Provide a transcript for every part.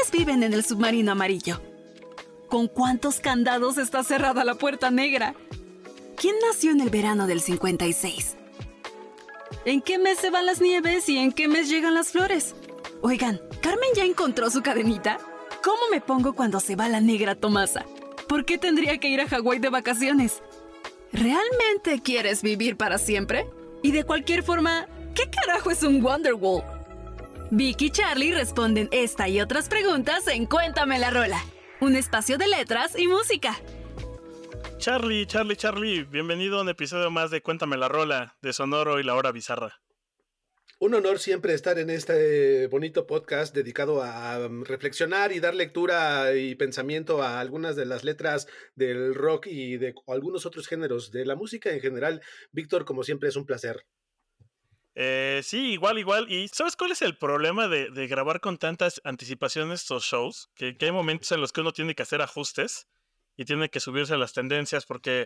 ¿Quiénes viven en el submarino amarillo? ¿Con cuántos candados está cerrada la puerta negra? ¿Quién nació en el verano del 56? ¿En qué mes se van las nieves y en qué mes llegan las flores? Oigan, ¿Carmen ya encontró su cadenita? ¿Cómo me pongo cuando se va la negra Tomasa? ¿Por qué tendría que ir a Hawái de vacaciones? ¿Realmente quieres vivir para siempre? Y de cualquier forma, ¿qué carajo es un Wonderwall? Vicky y Charlie responden esta y otras preguntas en Cuéntame la Rola, un espacio de letras y música. Charlie, bienvenido a un episodio más de Cuéntame la Rola, de Sonoro y la Hora Bizarra. Un honor siempre estar en este bonito podcast dedicado a reflexionar y dar lectura y pensamiento a algunas de las letras del rock y de algunos otros géneros de la música en general. Víctor, como siempre, es un placer. Sí, igual. ¿Y sabes cuál es el problema de grabar con tantas anticipaciones estos shows? Que hay momentos en los que uno tiene que hacer ajustes y tiene que subirse a las tendencias porque...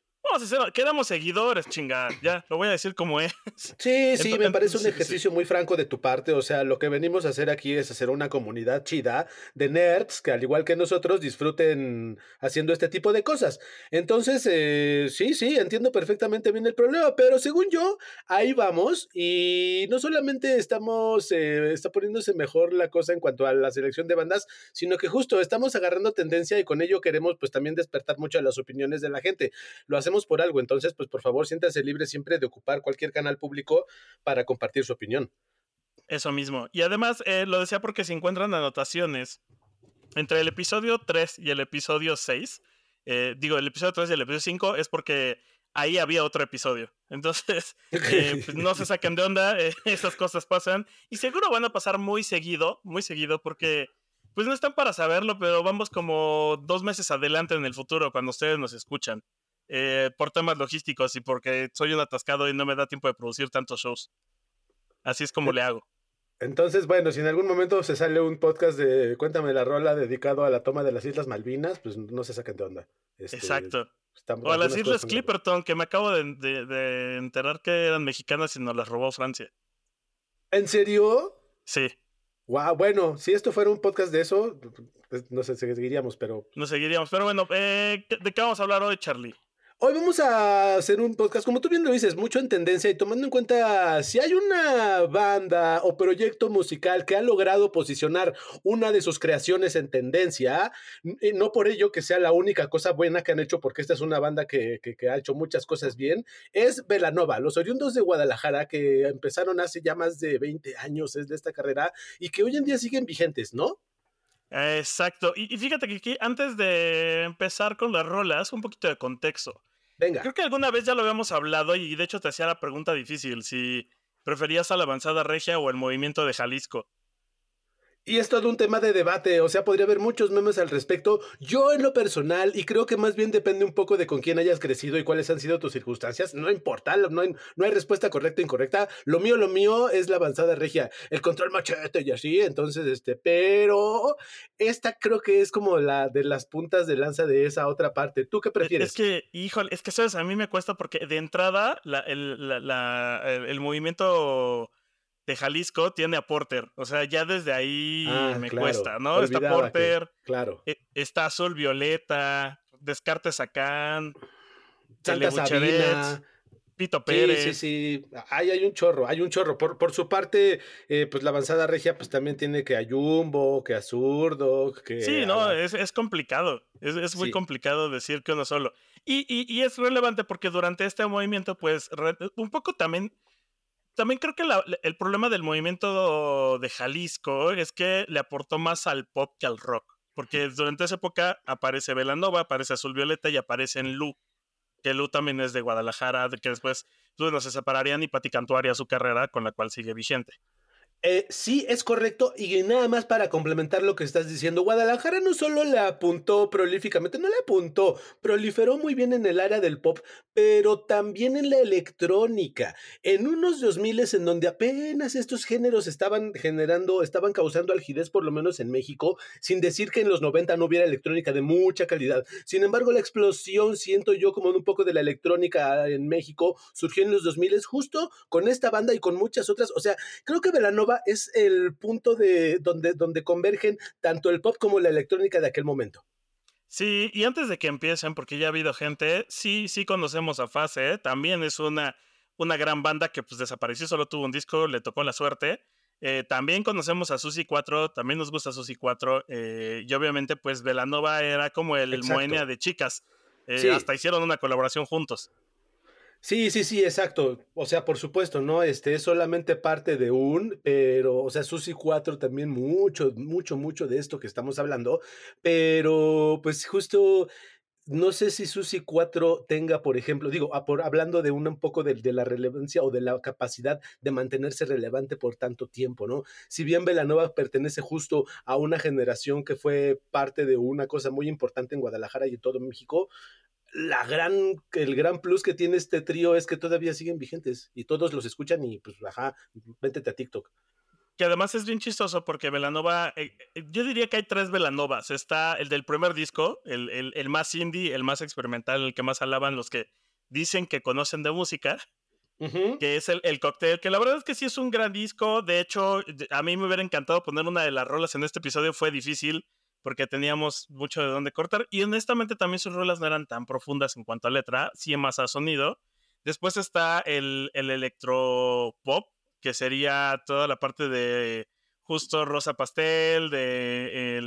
quedamos seguidores, chinga. Ya, lo voy a decir como es. Sí, me parece un ejercicio muy franco de tu parte. O sea, lo que venimos a hacer aquí es hacer una comunidad chida de nerds que, al igual que nosotros, disfruten haciendo este tipo de cosas. Entonces, sí, entiendo perfectamente bien el problema, pero según yo, ahí vamos. Y no solamente está poniéndose mejor la cosa en cuanto a la selección de bandas, sino que justo estamos agarrando tendencia y con ello queremos pues también despertar mucho a las opiniones de la gente. Lo hacemos por algo, entonces pues por favor siéntase libre siempre de ocupar cualquier canal público para compartir su opinión. Eso mismo, y además lo decía porque se encuentran anotaciones entre el episodio 3 y el episodio 6, el episodio 3 y el episodio 5 es porque ahí había otro episodio, entonces pues no se saquen de onda, esas cosas pasan, y seguro van a pasar muy seguido, porque pues no están para saberlo, pero vamos como 2 meses adelante en el futuro cuando ustedes nos escuchan. Por temas logísticos y porque soy un atascado y no me da tiempo de producir tantos shows. Así es como le hago. Entonces, bueno, si en algún momento se sale un podcast de Cuéntame la Rola dedicado a la toma de las Islas Malvinas, pues no se saquen de onda. Exacto. O a las Islas Clipperton, que me acabo de enterar que eran mexicanas y nos las robó Francia. ¿En serio? Sí. Wow, bueno, si esto fuera un podcast de eso, pues, no sé, seguiríamos, pero... No seguiríamos, pero bueno, ¿de qué vamos a hablar hoy, Charlie? Hoy vamos a hacer un podcast, como tú bien lo dices, mucho en tendencia y tomando en cuenta si hay una banda o proyecto musical que ha logrado posicionar una de sus creaciones en tendencia, no por ello que sea la única cosa buena que han hecho, porque esta es una banda que ha hecho muchas cosas bien, es Belanova, los oriundos de Guadalajara que empezaron hace ya más de 20 años es de esta carrera y que hoy en día siguen vigentes, ¿no? Exacto, y fíjate que aquí, antes de empezar con las rolas, un poquito de contexto. Venga. Creo que alguna vez ya lo habíamos hablado y de hecho te hacía la pregunta difícil, si preferías a la avanzada regia o el movimiento de Jalisco. Y es todo un tema de debate, o sea, podría haber muchos memes al respecto. Yo en lo personal, y creo que más bien depende un poco de con quién hayas crecido y cuáles han sido tus circunstancias, no importa, no hay respuesta correcta o incorrecta. Lo mío es la avanzada regia, el control machete y así, entonces, pero esta creo que es como la de las puntas de lanza de esa otra parte. ¿Tú qué prefieres? Es que sabes, a mí me cuesta porque de entrada el movimiento de Jalisco tiene a Porter, o sea, ya desde ahí cuesta, ¿no? Está Porter, claro. Está Azul Violeta, Descartes Acán, Santa Sabina, Pito Pérez. Sí. Hay un chorro. Por su parte, pues la avanzada regia, pues también tiene que a Jumbo, que a Zurdo, que... Sí, no, es complicado. Es muy complicado decir que uno solo. Y es relevante porque durante este movimiento, pues, un poco también creo que el problema del movimiento de Jalisco es que le aportó más al pop que al rock. Porque durante esa época aparece Belanova, aparece Azul Violeta y aparece en Lu. Que Lu también es de Guadalajara, que después no se separarían y Pati Cantú haría su carrera con la cual sigue vigente. Sí, es correcto, y nada más para complementar lo que estás diciendo, Guadalajara no solo le apuntó prolíficamente, no le apuntó, proliferó muy bien en el área del pop, pero también en la electrónica, en unos 2000 en donde apenas estos géneros estaban causando algidez, por lo menos en México, sin decir que en los 90 no hubiera electrónica de mucha calidad. Sin embargo, la explosión, siento yo, como un poco de la electrónica en México, surgió en los 2000 justo con esta banda y con muchas otras. O sea, creo que Belanova Velanova es el punto de donde convergen tanto el pop como la electrónica de aquel momento. Sí, y antes de que empiecen, porque ya ha habido gente, sí conocemos a Phase, ¿eh? También es una gran banda que pues desapareció, solo tuvo un disco, le tocó la suerte. También conocemos a Susi 4, también nos gusta Susi 4, y obviamente pues Velanova era como el Moenia de chicas, Sí. hasta hicieron una colaboración juntos. Sí, exacto. O sea, por supuesto, ¿no? Es solamente parte de pero, o sea, Susi 4 también mucho de esto que estamos hablando, pero pues justo no sé si Susi 4 tenga, por ejemplo, digo, hablando de un poco de la relevancia o de la capacidad de mantenerse relevante por tanto tiempo, ¿no? Si bien Belanova pertenece justo a una generación que fue parte de una cosa muy importante en Guadalajara y en todo México, el gran plus que tiene este trío es que todavía siguen vigentes y todos los escuchan y pues, véntete a TikTok. Que además es bien chistoso porque Belanova, yo diría que hay 3 Belanovas. Está el del primer disco, el más indie, el más experimental, el que más alaban los que dicen que conocen de música, que es el Cóctel, que la verdad es que sí es un gran disco. De hecho, a mí me hubiera encantado poner una de las rolas en este episodio, fue difícil porque teníamos mucho de dónde cortar y honestamente también sus rolas no eran tan profundas en cuanto a letra, sí más a sonido. Después está el electropop, que sería toda la parte de justo Rosa Pastel, de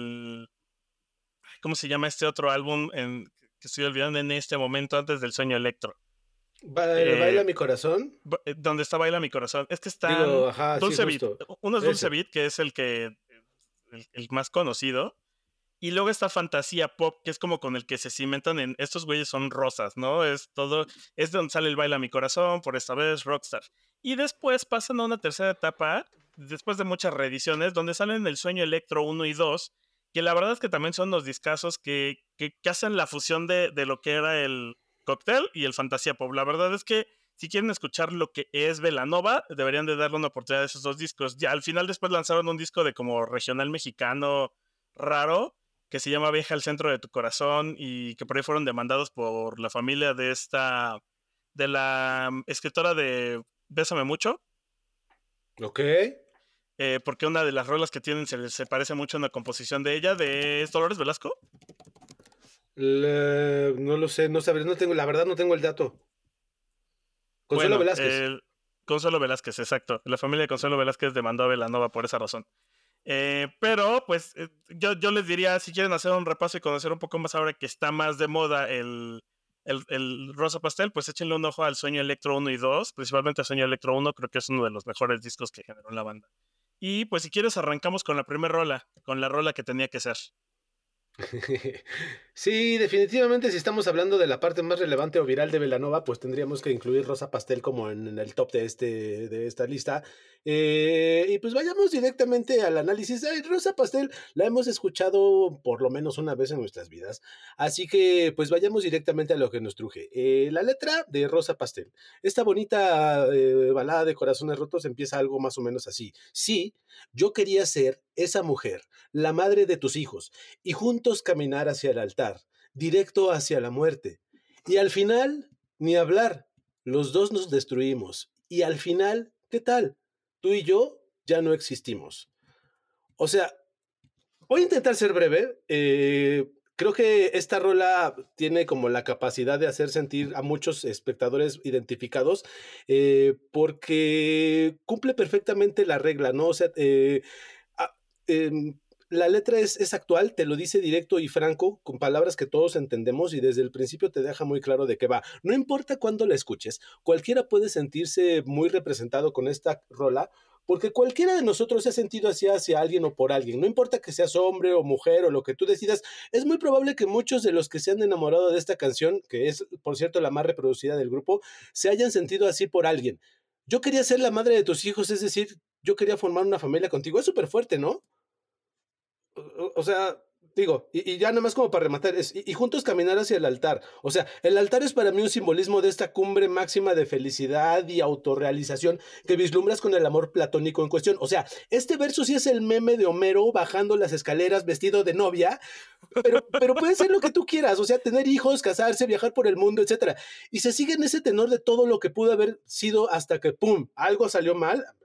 ¿cómo se llama este otro álbum que estoy olvidando en este momento antes del Sueño Electro? ¿Baila mi corazón? Donde está Baila mi corazón. Es que está Dulce Beat. Uno es Dulce Beat, que es el más conocido. Y luego está Fantasía Pop, que es como con el que se cimentan en estos güeyes son rosas, ¿no? Es de donde sale el Baila mi corazón, por esta vez Rockstar. Y después pasan a una tercera etapa, después de muchas reediciones, donde salen el Sueño Electro 1 y 2, que la verdad es que también son los discazos que hacen la fusión de lo que era el Cóctel y el Fantasía Pop. La verdad es que si quieren escuchar lo que es Belanova, deberían de darle una oportunidad a esos dos discos. Ya al final después lanzaron un disco de como regional mexicano raro, que se llama Viaja al centro de tu corazón, y que por ahí fueron demandados por la familia de la escritora de Bésame Mucho. Ok. Porque una de las rolas que tienen se parece mucho a una composición de ella, ¿es Dolores Velasco? No lo sé, no sabré, la verdad no tengo el dato. Consuelo Velázquez. Consuelo Velázquez, exacto. La familia de Consuelo Velázquez demandó a Belanova por esa razón. Pero pues yo les diría, si quieren hacer un repaso y conocer un poco más ahora que está más de moda el Rosa Pastel, pues échenle un ojo al Sueño Electro 1 y 2, principalmente al Sueño Electro 1, creo que es uno de los mejores discos que generó la banda. Y pues si quieres arrancamos con la primera rola, con la rola que tenía que ser. Sí, definitivamente si estamos hablando de la parte más relevante o viral de Belanova, pues tendríamos que incluir Rosa Pastel como en el top de esta lista. Y pues vayamos directamente al análisis. Rosa Pastel la hemos escuchado por lo menos una vez en nuestras vidas, así que pues vayamos directamente a lo que nos truje. La letra de Rosa Pastel, esta bonita balada de corazones rotos, empieza algo más o menos así. Sí, yo quería ser esa mujer, la madre de tus hijos, y juntos caminar hacia el altar, directo hacia la muerte. Y al final, ni hablar, los dos nos destruimos. Y al final, ¿qué tal? Tú y yo ya no existimos. O sea, voy a intentar ser breve. Creo que esta rola tiene como la capacidad de hacer sentir a muchos espectadores identificados, porque cumple perfectamente la regla, ¿no? O sea, la letra es actual, te lo dice directo y franco, con palabras que todos entendemos y desde el principio te deja muy claro de qué va. No importa cuándo la escuches, cualquiera puede sentirse muy representado con esta rola, porque cualquiera de nosotros se ha sentido así hacia alguien o por alguien. No importa que seas hombre o mujer o lo que tú decidas, es muy probable que muchos de los que se han enamorado de esta canción, que es, por cierto, la más reproducida del grupo, se hayan sentido así por alguien. Yo quería ser la madre de tus hijos, es decir, yo quería formar una familia contigo. Es súper fuerte, ¿no? O sea, digo, y ya nada más como para rematar, y juntos caminar hacia el altar. O sea, el altar es para mí un simbolismo de esta cumbre máxima de felicidad y autorrealización que vislumbras con el amor platónico en cuestión. O sea, este verso sí es el meme de Homero bajando las escaleras vestido de novia, pero puede ser lo que tú quieras, o sea, tener hijos, casarse, viajar por el mundo, etcétera. Y se sigue en ese tenor de todo lo que pudo haber sido hasta que, ¡pum!, algo salió mal.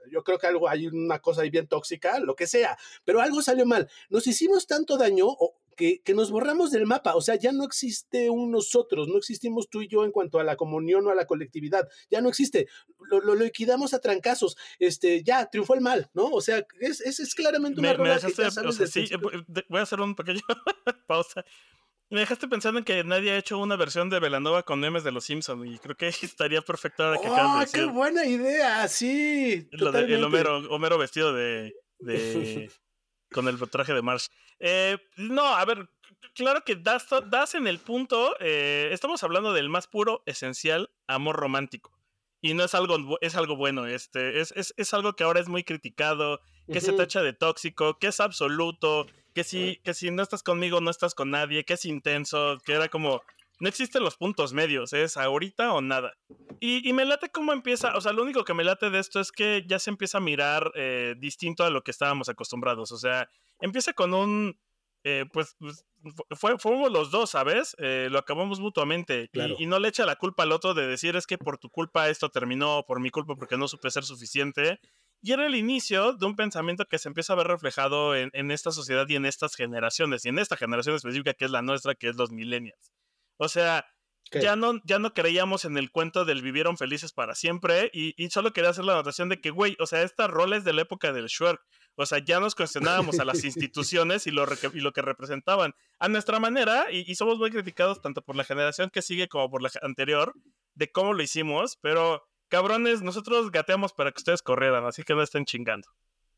yo creo que hay una cosa ahí bien tóxica, lo que sea, pero algo salió mal. Nos hicimos tanto daño que nos borramos del mapa, o sea, ya no existe un nosotros, no existimos tú y yo en cuanto a la comunión o a la colectividad, ya no existe, lo liquidamos a trancazos, ya triunfó el mal, ¿no? O sea, es claramente una rola que ya sabes, o sea, sí, voy a hacer un pequeño pausa. Me dejaste pensando en que nadie ha hecho una versión de Belanova con memes de los Simpsons y creo que estaría perfecto ahora que acabas de decir. ¡Qué buena idea! Sí, lo de el Homero vestido de con el traje de Marsh. No, a ver, claro que das en el punto. Estamos hablando del más puro, esencial amor romántico. Y no es algo, es algo bueno. Es algo que ahora es muy criticado, que se tacha de tóxico, que es absoluto, que si no estás conmigo, no estás con nadie, que es intenso, que era como. No existen los puntos medios, es ahorita o nada. Y me late cómo empieza, o sea, lo único que me late de esto es que ya se empieza a mirar distinto a lo que estábamos acostumbrados. O sea, empieza con un, pues fuimos los dos, ¿sabes? Lo acabamos mutuamente. Claro. Y no le echa la culpa al otro de decir es que por tu culpa esto terminó, por mi culpa porque no supe ser suficiente. Y era el inicio de un pensamiento que se empieza a ver reflejado en esta sociedad y en estas generaciones, y en esta generación específica que es la nuestra, que es los millennials. O sea, ya no creíamos en el cuento del vivieron felices para siempre y solo quería hacer la anotación de que, güey, o sea, esta rola es de la época del Shrek. O sea, ya nos cuestionábamos a las instituciones y lo que representaban a nuestra manera y somos muy criticados tanto por la generación que sigue como por la anterior de cómo lo hicimos, pero cabrones, nosotros gateamos para que ustedes corrieran, así que no estén chingando.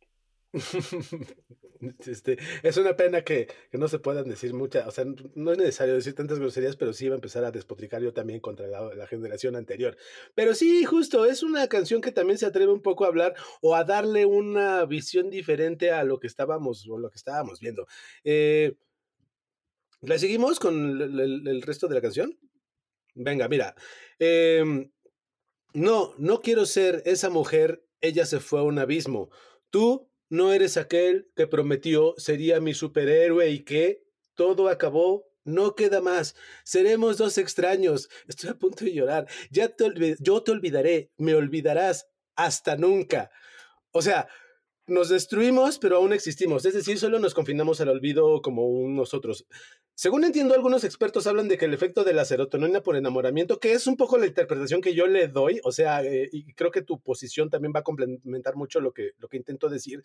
Es una pena que no se puedan decir muchas, o sea, no es necesario decir tantas groserías, pero sí iba a empezar a despotricar yo también contra la generación anterior. Pero sí, justo, es una canción que también se atreve un poco a hablar o a darle una visión diferente a lo que estábamos viendo. ¿La seguimos con el resto de la canción? Venga, mira. No quiero ser esa mujer, ella se fue a un abismo. Tú no eres aquel que prometió sería mi superhéroe y que todo acabó, no queda más. Seremos dos extraños. Estoy a punto de llorar. Yo te olvidaré, me olvidarás hasta nunca. O sea, nos destruimos, pero aún existimos. Es decir, solo nos confinamos al olvido como nosotros. Según entiendo, algunos expertos hablan de que el efecto de la serotonina por enamoramiento, que es un poco la interpretación que yo le doy, o sea, y creo que tu posición también va a complementar mucho lo que intento decir.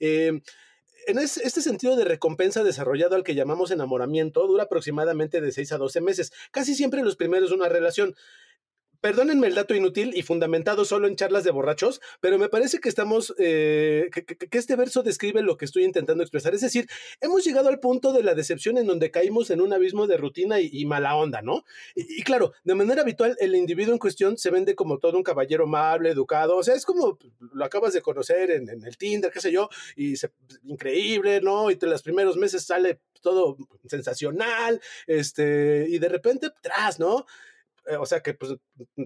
En este sentido de recompensa desarrollado al que llamamos enamoramiento, dura aproximadamente de 6 a 12 meses. Casi siempre los primeros de una relación. Perdónenme el dato inútil y fundamentado solo en charlas de borrachos, pero me parece que que este verso describe lo que estoy intentando expresar. Es decir, hemos llegado al punto de la decepción en donde caímos en un abismo de rutina y mala onda, ¿no? Y claro, de manera habitual, el individuo en cuestión se vende como todo un caballero amable, educado, o sea, es como lo acabas de conocer en el Tinder, qué sé yo, increíble, ¿no? Y los primeros meses sale todo sensacional, y de repente, tras, ¿no? O sea que pues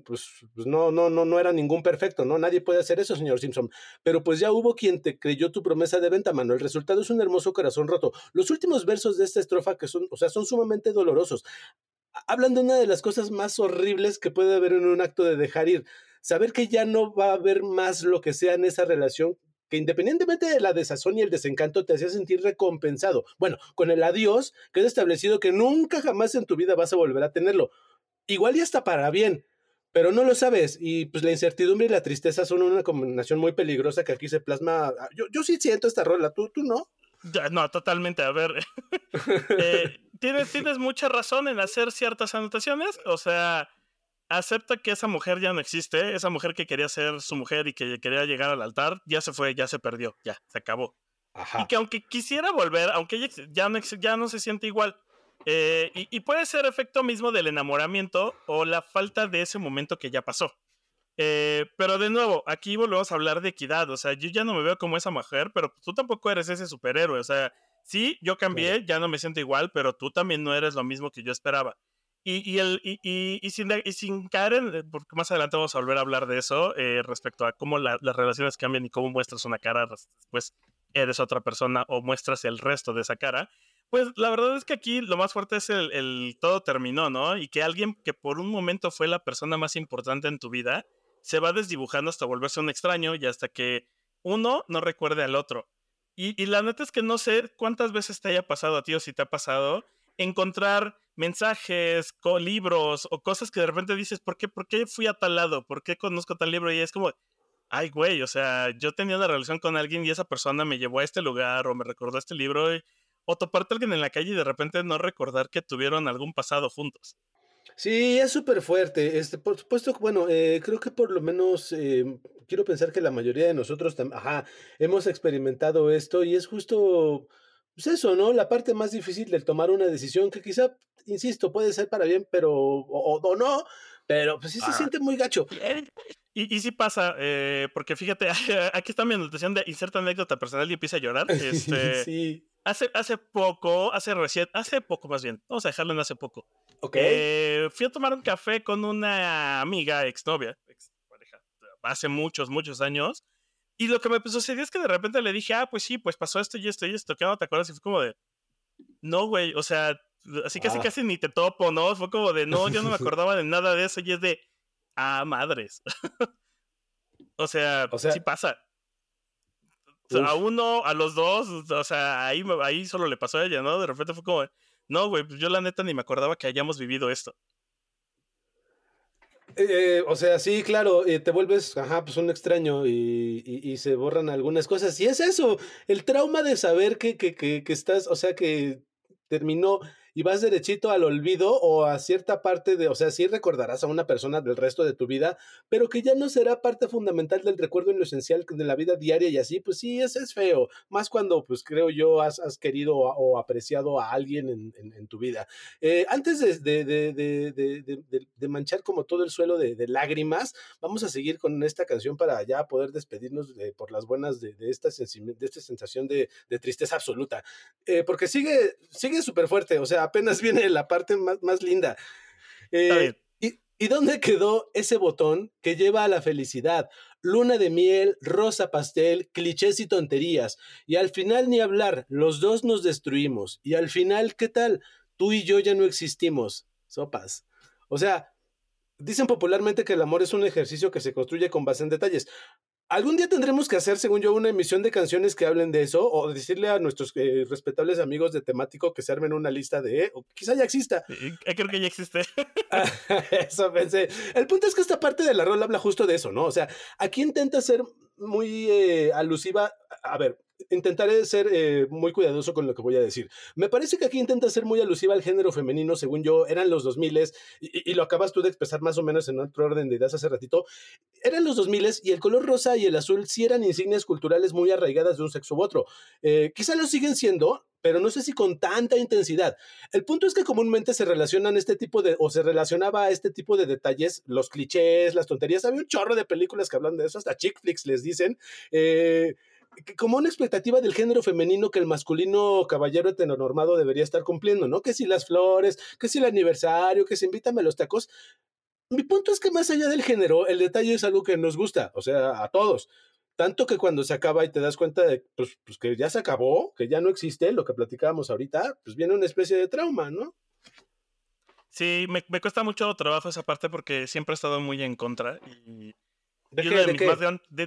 no era ningún perfecto, ¿no? Nadie puede hacer eso, señor Simpson. Pero pues ya hubo quien te creyó tu promesa de venta, mano. El resultado es un hermoso corazón roto. Los últimos versos de esta estrofa que son sumamente dolorosos. Hablan de una de las cosas más horribles que puede haber en un acto de dejar ir. Saber que ya no va a haber más lo que sea en esa relación, que independientemente de la desazón y el desencanto te hacía sentir recompensado. Bueno, con el adiós queda establecido que nunca jamás en tu vida vas a volver a tenerlo. Igual ya está para bien, pero no lo sabes. Y pues la incertidumbre y la tristeza son una combinación muy peligrosa que aquí se plasma. Yo sí siento esta rola, ¿tú no? No, totalmente. A ver, tienes mucha razón en hacer ciertas anotaciones. O sea, acepta que esa mujer ya no existe. Esa mujer que quería ser su mujer y que quería llegar al altar, ya se fue, ya se perdió, ya, se acabó. Ajá. Y que aunque quisiera volver, aunque ella ya no se siente igual. Y puede ser efecto mismo del enamoramiento o la falta de ese momento que ya pasó. Pero de nuevo, aquí volvemos a hablar de equidad. O sea, yo ya no me veo como esa mujer, pero tú tampoco eres ese superhéroe. O sea, sí, yo cambié, claro. Ya no me siento igual, pero tú también no eres lo mismo que yo esperaba. Y sin caer en, porque más adelante vamos a volver a hablar de eso, respecto a cómo las relaciones cambian y cómo muestras una cara, después eres otra persona o muestras el resto de esa cara. Pues la verdad es que aquí lo más fuerte es el todo terminó, ¿no? Y que alguien que por un momento fue la persona más importante en tu vida se va desdibujando hasta volverse un extraño y hasta que uno no recuerde al otro. Y la neta es que no sé cuántas veces te haya pasado a ti o si te ha pasado encontrar mensajes, libros o cosas que de repente dices, ¿por qué fui a tal lado? ¿Por qué conozco tal libro? Y es como, ay, güey, o sea, yo tenía una relación con alguien y esa persona me llevó a este lugar o me recordó este libro. O toparte a alguien en la calle y de repente no recordar que tuvieron algún pasado juntos. Sí, es súper fuerte. Por supuesto, bueno, creo que por lo menos quiero pensar que la mayoría de nosotros, hemos experimentado esto y es justo, pues eso, ¿no? La parte más difícil de tomar una decisión que quizá, insisto, puede ser para bien, pero, o no, pero pues sí se siente muy gacho. Y sí pasa, porque fíjate, aquí está mi anotación de inserta anécdota personal y empieza a llorar. Sí. Hace poco más bien, vamos a dejarlo en hace poco. Ok. Fui a tomar un café con una amiga, exnovia, expareja, hace muchos, muchos años. Y lo que me sucedió es que de repente le dije, pues sí, pues pasó esto y esto y esto, ¿qué no te acuerdas? Y fue como de, no, güey, o sea, así casi ni te topo, ¿no? Fue como de, no, yo no me acordaba de nada de eso y es de, madres. O sea, sí pasa. A uno, a los dos, o sea, ahí solo le pasó a ella, ¿no? De repente fue como, no, güey, pues yo la neta ni me acordaba que hayamos vivido esto. O sea, sí, claro, te vuelves, pues un extraño y se borran algunas cosas. Y es eso, el trauma de saber que estás, o sea, que terminó y vas derechito al olvido o a cierta parte o sea, sí recordarás a una persona del resto de tu vida, pero que ya no será parte fundamental del recuerdo en lo esencial de la vida diaria y así, pues sí, es feo. Más cuando, pues creo yo, has querido o apreciado a alguien en tu vida. Antes de manchar como todo el suelo de lágrimas, vamos a seguir con esta canción para ya poder despedirnos por las buenas de esta sensación de tristeza absoluta. Porque sigue súper fuerte, o sea, apenas viene la parte más linda. Está bien. ¿Y dónde quedó ese botón que lleva a la felicidad? Luna de miel, rosa pastel, clichés y tonterías. Y al final ni hablar, los dos nos destruimos. Y al final, ¿qué tal? Tú y yo ya no existimos. Sopas. O sea, dicen popularmente que el amor es un ejercicio que se construye con base en detalles. Algún día tendremos que hacer, según yo, una emisión de canciones que hablen de eso, o decirle a nuestros respetables amigos de temático que se armen una lista o quizá ya exista. Creo que ya existe. Eso pensé. El punto es que esta parte de la rola habla justo de eso, ¿no? O sea, aquí intenta ser muy alusiva. A ver, intentaré ser muy cuidadoso con lo que voy a decir. Me parece que aquí intenta ser muy alusiva al género femenino, según yo, eran los 2000s, y lo acabas tú de expresar más o menos en otro orden de ideas hace ratito. Eran los 2000s y el color rosa y el azul sí eran insignias culturales muy arraigadas de un sexo u otro. Quizá lo siguen siendo, pero no sé si con tanta intensidad. El punto es que comúnmente se relacionaba a este tipo de detalles, los clichés, las tonterías. Había un chorro de películas que hablan de eso, hasta chick flicks les dicen, como una expectativa del género femenino que el masculino caballero heteronormado debería estar cumpliendo, ¿no? Que si las flores, que si el aniversario, que si invítame a los tacos. Mi punto es que más allá del género, el detalle es algo que nos gusta, o sea, a todos. Tanto que cuando se acaba y te das cuenta de pues que ya se acabó, que ya no existe lo que platicábamos ahorita, pues viene una especie de trauma, ¿no? Sí, me cuesta mucho trabajo esa parte porque siempre he estado muy en contra. ¿De qué?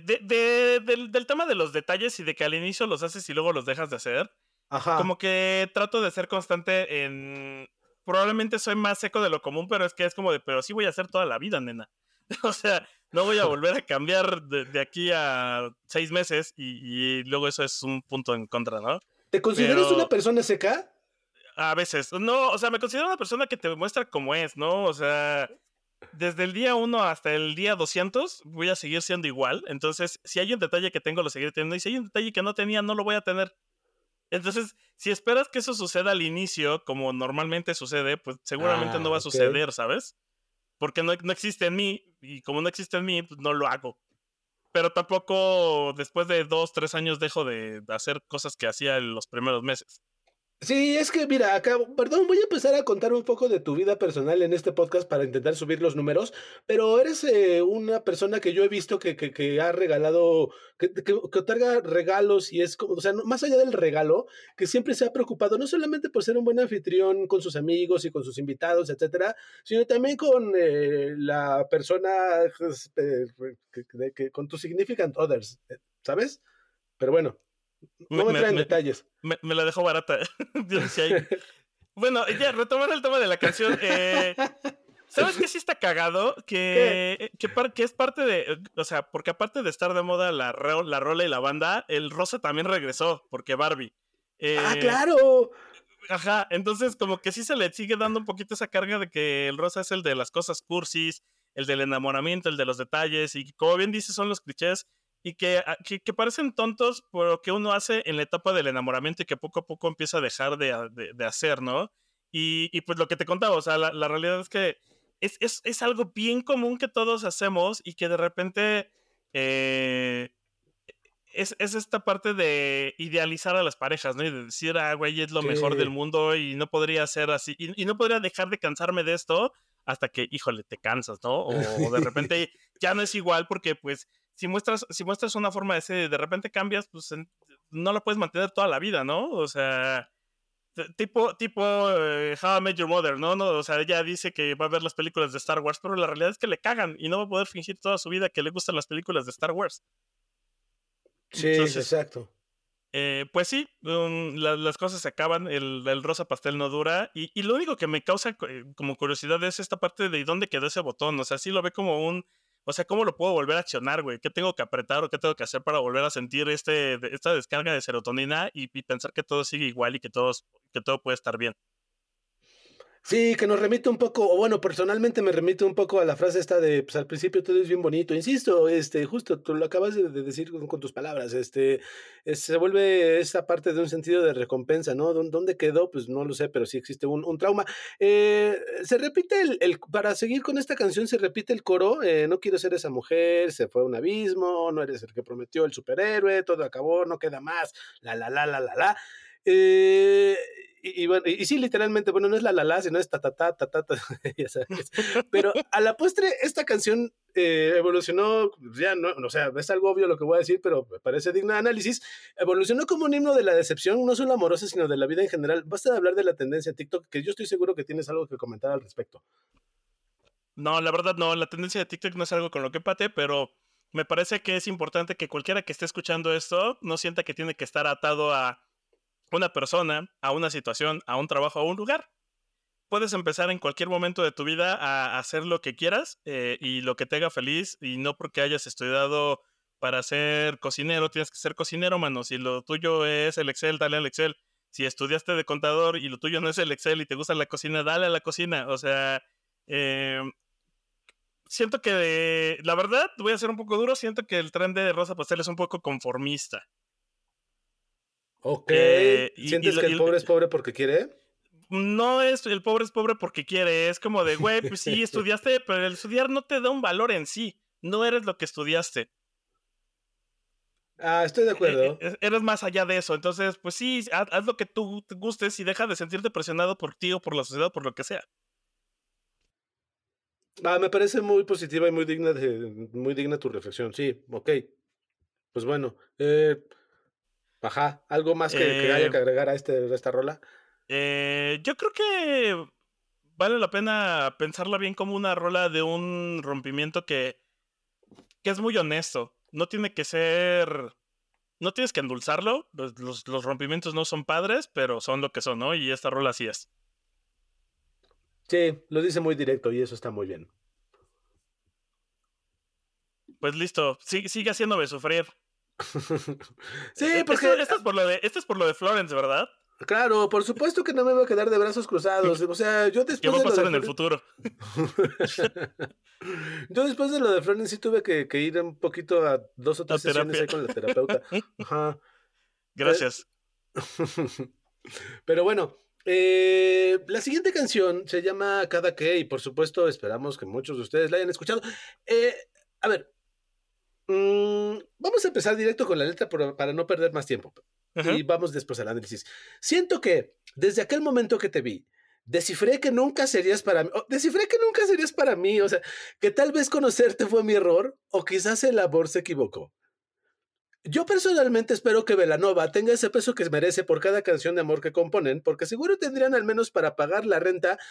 Del tema de los detalles y de que al inicio los haces y luego los dejas de hacer. Ajá. Como que trato de ser constante en... Probablemente soy más seco de lo común, pero es que es como de, pero sí voy a hacer toda la vida, nena. O sea, no voy a volver a cambiar de aquí a 6 meses y luego eso es un punto en contra, ¿no? ¿Te consideras una persona seca? A veces. No, o sea, me considero una persona que te muestra cómo es, ¿no? O sea, desde el día 1 hasta el día 200 voy a seguir siendo igual. Entonces, si hay un detalle que tengo, lo seguiré teniendo. Y si hay un detalle que no tenía, no lo voy a tener. Entonces, si esperas que eso suceda al inicio, como normalmente sucede, pues seguramente no va a suceder, ¿sabes? Porque no existe en mí, y como no existe en mí, pues no lo hago. Pero tampoco después de 2, 3 años dejo de hacer cosas que hacía en los primeros meses. Sí, es que mira, acá, perdón, voy a empezar a contar un poco de tu vida personal en este podcast para intentar subir los números, pero eres una persona que yo he visto que ha regalado, que otorga regalos y es como, o sea, más allá del regalo, que siempre se ha preocupado no solamente por ser un buen anfitrión con sus amigos y con sus invitados, etcétera, sino también con la persona con tus significant others, ¿sabes? Pero bueno, no me traen detalles. Me la dejó barata. Bueno, ya, retomando el tema de la canción, ¿sabes qué sí está cagado? Que es parte de, o sea, porque aparte de estar de moda la rola y la banda, el rosa también regresó, porque Barbie. ¡Ah, claro! Ajá, entonces como que sí se le sigue dando un poquito esa carga de que el rosa es el de las cosas cursis, el del enamoramiento, el de los detalles, y como bien dices, son los clichés, y que parecen tontos, pero que uno hace en la etapa del enamoramiento y que poco a poco empieza a dejar de hacer, ¿no? Y pues lo que te contaba, o sea, la realidad es que es algo bien común que todos hacemos y que de repente es esta parte de idealizar a las parejas, ¿no? Y de decir, güey, es lo mejor del mundo y no podría ser así, y no podría dejar de cansarme de esto hasta que, híjole, te cansas, ¿no? O de repente ya no es igual porque, pues, si muestras una forma de ser y de repente cambias, pues no la puedes mantener toda la vida, ¿no? O sea, tipo How I Met Your Mother, ¿no? O sea, ella dice que va a ver las películas de Star Wars, pero la realidad es que le cagan y no va a poder fingir toda su vida que le gustan las películas de Star Wars. Sí, entonces, exacto. Pues sí, las cosas se acaban, el rosa pastel no dura, y lo único que me causa como curiosidad es esta parte de dónde quedó ese botón. O sea, sí lo ve como o sea, ¿cómo lo puedo volver a accionar, güey? ¿Qué tengo que apretar o qué tengo que hacer para volver a sentir esta descarga de serotonina y pensar que todo sigue igual y que todo puede estar bien? Sí, que nos remite un poco, o bueno, personalmente me remite un poco a la frase esta de, pues al principio todo es bien bonito, insisto, justo tú lo acabas de decir con tus palabras, se vuelve esa parte de un sentido de recompensa, ¿no? ¿Dónde quedó? Pues no lo sé, pero sí existe un trauma. Se repite para seguir con esta canción, se repite el coro, no quiero ser esa mujer, se fue a un abismo, no eres el que prometió el superhéroe, todo acabó, no queda más, la. Y bueno, y sí, literalmente, bueno, no es la, sino es ta, ya sabes. Pero a la postre, esta canción evolucionó, ya no, o sea, es algo obvio lo que voy a decir, pero me parece digno de análisis. Evolucionó como un himno de la decepción, no solo amorosa, sino de la vida en general. Basta de hablar de la tendencia en TikTok, que yo estoy seguro que tienes algo que comentar al respecto. No, la verdad no, la tendencia de TikTok no es algo con lo que empate, pero me parece que es importante que cualquiera que esté escuchando esto no sienta que tiene que estar atado a una persona, a una situación, a un trabajo, a un lugar. Puedes empezar en cualquier momento de tu vida a hacer lo que quieras y lo que te haga feliz, y no porque hayas estudiado para ser cocinero, tienes que ser cocinero, mano. Si lo tuyo es el Excel, dale al Excel. Si estudiaste de contador y lo tuyo no es el Excel y te gusta la cocina, dale a la cocina. O sea, siento que, la verdad, voy a ser un poco duro, siento que el tren de Rosa Pastel es un poco conformista. Ok, ¿sientes que el pobre es pobre porque quiere? No es el pobre es pobre porque quiere, es como de, güey, pues sí, estudiaste, pero el estudiar no te da un valor en sí, no eres lo que estudiaste. Estoy de acuerdo. Eres más allá de eso, entonces, pues sí, haz lo que tú te gustes y deja de sentirte presionado por ti o por la sociedad, por lo que sea. Me parece muy positiva y muy digna tu reflexión, sí, ok. Pues bueno, ¿algo más que haya que agregar a esta rola? Yo creo que vale la pena pensarla bien como una rola de un rompimiento que es muy honesto. No tiene que ser... No tienes que endulzarlo. Los rompimientos no son padres, pero son lo que son, ¿no? Y esta rola así es. Sí, lo dice muy directo y eso está muy bien. Pues listo, sigue haciéndome sufrir. Sí, porque... Esto es por lo de Florence, ¿verdad? Claro, por supuesto que no me voy a quedar de brazos cruzados. O sea, yo después ¿Qué va a pasar en el futuro? Yo después de lo de Florence sí tuve que ir un poquito a 2 o 3 sesiones ahí con la terapeuta. Ajá. Gracias. Pero bueno, la siguiente canción se llama Cada que, y por supuesto esperamos que muchos de ustedes la hayan escuchado. A ver, vamos a empezar directo con la letra para no perder más tiempo. Y vamos después al análisis. Siento que desde aquel momento que te vi, descifré que nunca serías para mí. O sea, que tal vez conocerte fue mi error, o quizás el amor se equivocó. Yo personalmente espero que Belanova tenga ese peso que merece por cada canción de amor que componen, porque seguro tendrían al menos para pagar la renta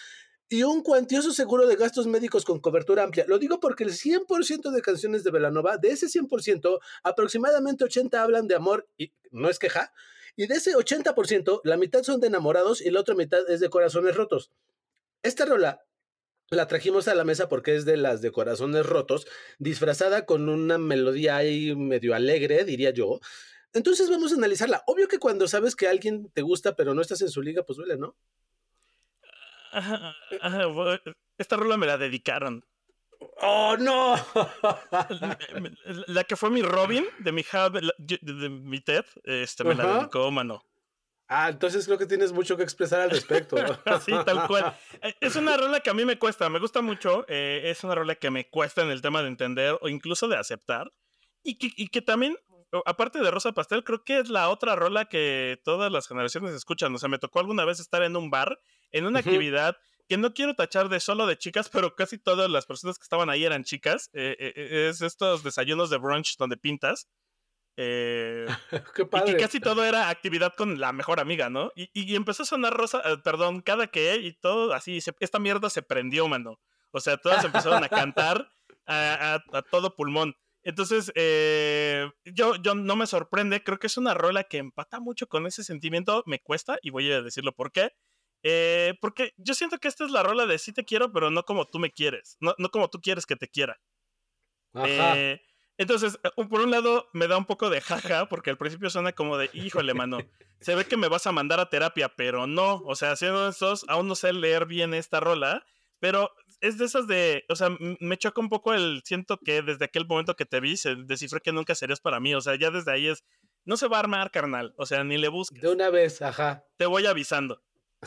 y un cuantioso seguro de gastos médicos con cobertura amplia. Lo digo porque el 100% de canciones de Belanova, de ese 100%, aproximadamente 80 hablan de amor, y no es queja, y de ese 80%, la mitad son de enamorados y la otra mitad es de corazones rotos. Esta rola la trajimos a la mesa porque es de las de corazones rotos, disfrazada con una melodía ahí medio alegre, diría yo. Entonces vamos a analizarla. Obvio que cuando sabes que alguien te gusta pero no estás en su liga, pues duele, ¿no? Ajá, esta rola me la dedicaron. ¡Oh, no! La que fue mi Robin de mi de mi Ted, me la dedicó, mano. Ah, entonces creo que tienes mucho que expresar al respecto. Sí, tal cual. Es una rola que a mí me cuesta, me gusta mucho. Es una rola que me cuesta en el tema de entender o incluso de aceptar. Y que también, aparte de Rosa Pastel, creo que es la otra rola que todas las generaciones escuchan. O sea, me tocó alguna vez estar en un bar, en una actividad que no quiero tachar de solo de chicas, pero casi todas las personas que estaban ahí eran chicas. Es estos desayunos de brunch donde pintas. Qué padre. Y que casi todo era actividad con la mejor amiga, ¿no? Y empezó a sonar perdón, cada que y todo así, esta mierda se prendió, mano. O sea, todas empezaron a cantar a todo pulmón. Entonces, yo no me sorprende, creo que es una rola que empata mucho con ese sentimiento, me cuesta y voy a decirlo por qué. Porque yo siento que esta es la rola de sí te quiero, pero no como tú me quieres, no como tú quieres que te quiera. Ajá. Entonces, por un lado me da un poco de jaja, porque al principio suena como de, híjole, mano, se ve que me vas a mandar a terapia, pero no, o sea, siendo esos, aún no sé leer bien esta rola, pero es de esas de, o sea, me choca un poco siento que desde aquel momento que te vi, se descifré que nunca serías para mí, o sea, ya desde ahí no se va a armar, carnal, o sea, ni le busques. De una vez, ajá. Te voy avisando.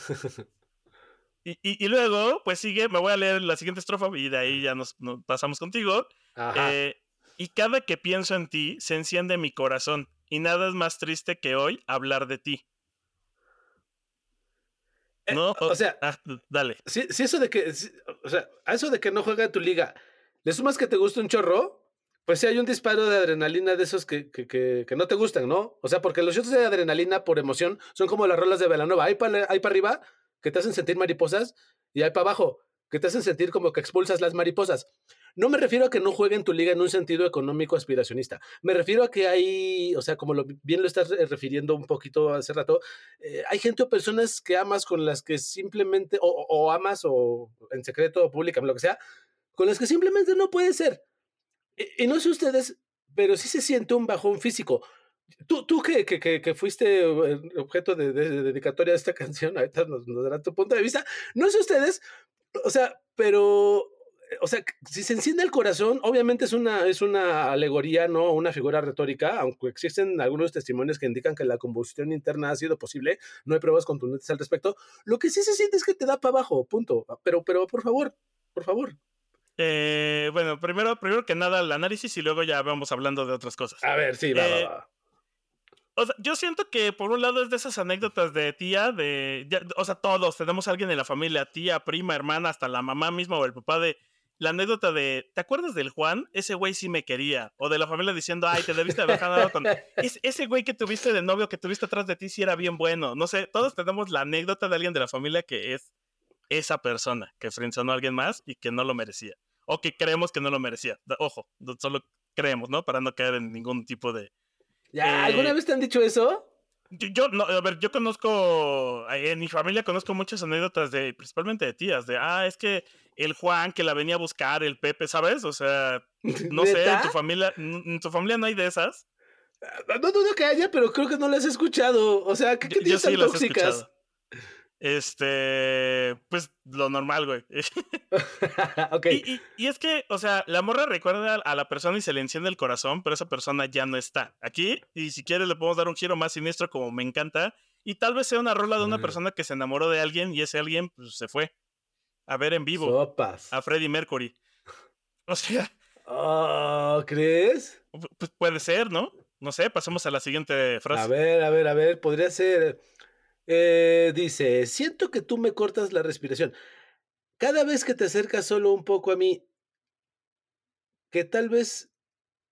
Y luego, pues sigue, me voy a leer la siguiente estrofa y de ahí ya nos pasamos contigo. Ajá. Y cada que pienso en ti, se enciende mi corazón. Y nada es más triste que hoy hablar de ti. ¿No? O sea, dale. si eso de que, o sea, a eso de que no juega en tu liga, ¿le sumas que te gusta un chorro? Pues sí hay un disparo de adrenalina de esos que no te gustan, ¿no? O sea, porque los shots de adrenalina por emoción son como las rolas de Belanova. Hay para arriba que te hacen sentir mariposas y hay para abajo que te hacen sentir como que expulsas las mariposas. No me refiero a que no juegue en tu liga en un sentido económico aspiracionista. Me refiero a que hay, o sea, como bien lo estás refiriendo un poquito hace rato, hay gente o personas que amas con las que simplemente, o amas o en secreto o pública, lo que sea, con las que simplemente no puede ser. Y no sé ustedes, pero sí se siente un bajón físico. Tú que fuiste objeto de dedicatoria a esta canción, ahorita nos dará tu punto de vista. No sé ustedes, o sea, pero, o sea, si se enciende el corazón, obviamente es una alegoría, ¿no? Una figura retórica, aunque existen algunos testimonios que indican que la combustión interna ha sido posible, no hay pruebas contundentes al respecto. Lo que sí se siente es que te da para abajo, punto. Pero por favor, por favor. Bueno, primero que nada el análisis y luego ya vamos hablando de otras cosas. A ver, sí, va. O sea, yo siento que por un lado es de esas anécdotas de tía, o sea, todos tenemos a alguien en la familia, tía, prima, hermana, hasta la mamá misma o el papá la anécdota de, ¿te acuerdas del Juan? Ese güey sí me quería. O de la familia diciendo, ay, te debiste haber ganado con... ese güey que tuviste de novio, que tuviste atrás de ti, sí era bien bueno. No sé, todos tenemos la anécdota de alguien de la familia que es esa persona que frenzonó a alguien más y que no lo merecía. O que creemos que no lo merecía. Ojo, solo creemos, ¿no? Para no caer en ningún tipo de... ¿Ya? ¿Alguna vez te han dicho eso? No, a ver, yo conozco, en mi familia conozco muchas anécdotas principalmente de tías, es que el Juan que la venía a buscar, el Pepe, ¿sabes? O sea, no sé, en tu familia no hay de esas. No dudo que haya, pero creo que no las he escuchado. O sea, ¿qué tías tan tóxicas? Pues lo normal, güey. Okay. Y es que, o sea, la morra recuerda a la persona y se le enciende el corazón, pero esa persona ya no está aquí. Y si quieres le podemos dar un giro más siniestro, como me encanta. Y tal vez sea una rola de una persona que se enamoró de alguien y ese alguien pues, se fue a ver en vivo a Freddie Mercury. O sea... ¿crees? Pues puede ser, ¿no? No sé, pasemos a la siguiente frase. A ver, podría ser... dice, siento que tú me cortas la respiración. Cada vez que te acercas solo un poco a mí, que tal vez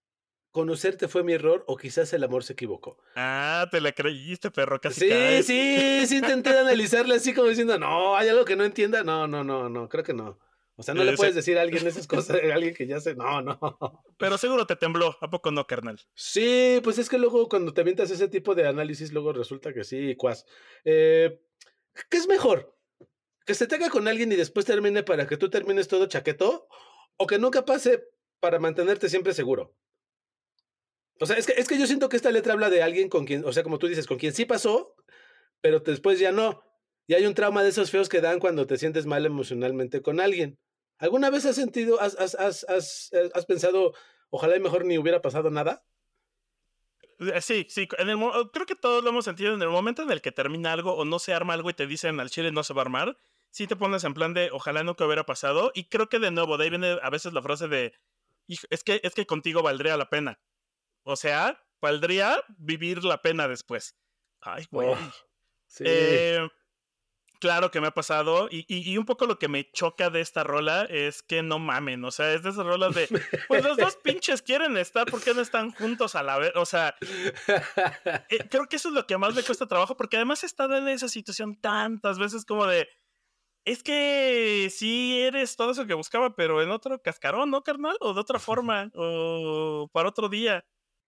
conocerte fue mi error o quizás el amor se equivocó. Ah, te la creíste, perro, casi Sí, caes. sí intenté analizarla así como diciendo, no, hay algo que no entienda. No, creo que no. O sea, no le puedes decir a alguien esas cosas, a alguien que ya se... No. Pero seguro te tembló, ¿a poco no, carnal? Sí, pues es que luego cuando te avientas ese tipo de análisis, luego resulta que sí, cuas. ¿Qué es mejor? ¿Que se te haga con alguien y después termine para que tú termines todo chaqueto? ¿O que nunca pase para mantenerte siempre seguro? O sea, es que yo siento que esta letra habla de alguien con quien, o sea, como tú dices, con quien sí pasó, pero después ya no. Y hay un trauma de esos feos que dan cuando te sientes mal emocionalmente con alguien. ¿Alguna vez has sentido, has pensado, ojalá y mejor ni hubiera pasado nada? Sí, creo que todos lo hemos sentido en el momento en el que termina algo o no se arma algo y te dicen al chile no se va a armar, sí te pones en plan de ojalá nunca hubiera pasado. Y creo que de nuevo, de ahí viene a veces la frase de es que contigo valdría la pena. O sea, valdría vivir la pena después. Ay, güey. Oh, sí. Claro que me ha pasado. Y un poco lo que me choca de esta rola es que no mamen. O sea, es de esas rolas de. Pues los dos pinches quieren estar, ¿por qué no están juntos a la vez? O sea, creo que eso es lo que más me cuesta trabajo, porque además he estado en esa situación tantas veces como de. Es que sí eres todo eso que buscaba, pero en otro cascarón, ¿no, carnal? O de otra forma, o para otro día.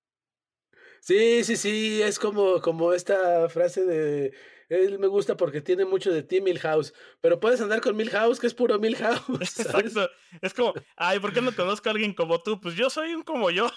Sí, es como esta frase de él me gusta porque tiene mucho de ti, Milhouse, pero puedes andar con Milhouse, que es puro Milhouse, ¿sabes? Exacto. Es como, ay, ¿por qué no conozco a alguien como tú? Pues yo soy un como yo.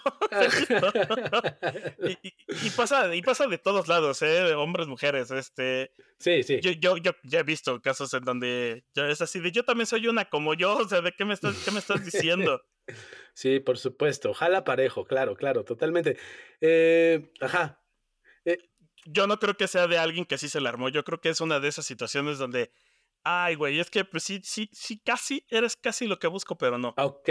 y pasa de todos lados, hombres, mujeres. Sí. Yo ya he visto casos en donde ya es así de yo también soy una como yo. O sea, ¿de qué me estás diciendo? Sí, por supuesto. Ojalá parejo, claro, totalmente. Ajá. Yo no creo que sea de alguien que sí se la armó. Yo creo que es una de esas situaciones donde, ay, güey, es que pues sí, casi, eres casi lo que busco, pero no. Ok.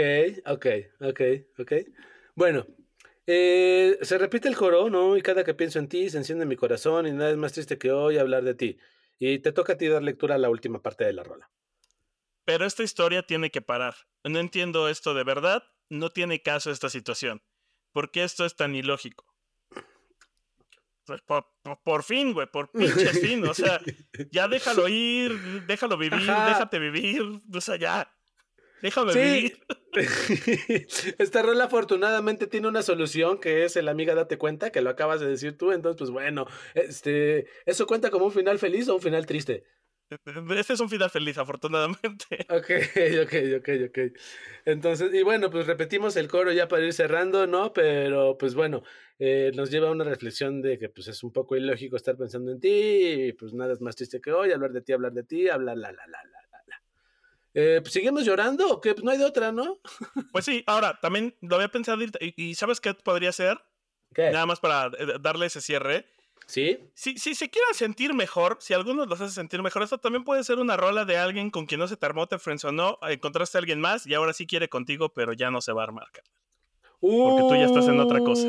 Bueno, se repite el coro, ¿no? Y cada que pienso en ti, se enciende mi corazón y nada es más triste que hoy hablar de ti. Y te toca a ti dar lectura a la última parte de la rola. Pero esta historia tiene que parar. No entiendo esto de verdad. No tiene caso esta situación. ¿Por qué esto es tan ilógico? Pues por fin, güey, por pinches fin. O sea, ya déjalo ir, déjalo vivir, Ajá. déjate vivir. O sea, ya, déjame Sí. vivir. Esta rola afortunadamente tiene una solución que es el amiga date cuenta, que lo acabas de decir tú, entonces pues bueno, ¿eso cuenta como un final feliz o un final triste? Este es un final feliz, afortunadamente. Ok. Entonces, y bueno, pues repetimos el coro ya para ir cerrando, ¿no? Pero pues bueno, nos lleva a una reflexión de que pues es un poco ilógico estar pensando en ti, y pues nada es más triste que hoy, hablar de ti, hablar la. Pues seguimos llorando, o qué, pues no hay de otra, ¿no? Pues sí, ahora, también lo había pensado y ¿sabes qué podría ser? ¿Qué? Nada más para darle ese cierre. ¿Sí? Si se quieren sentir mejor, si algunos los hace sentir mejor, esto también puede ser una rola de alguien con quien no se te armó, te frenzonó, encontraste a alguien más y ahora sí quiere contigo, pero ya no se va a armar, porque tú ya estás en otra cosa.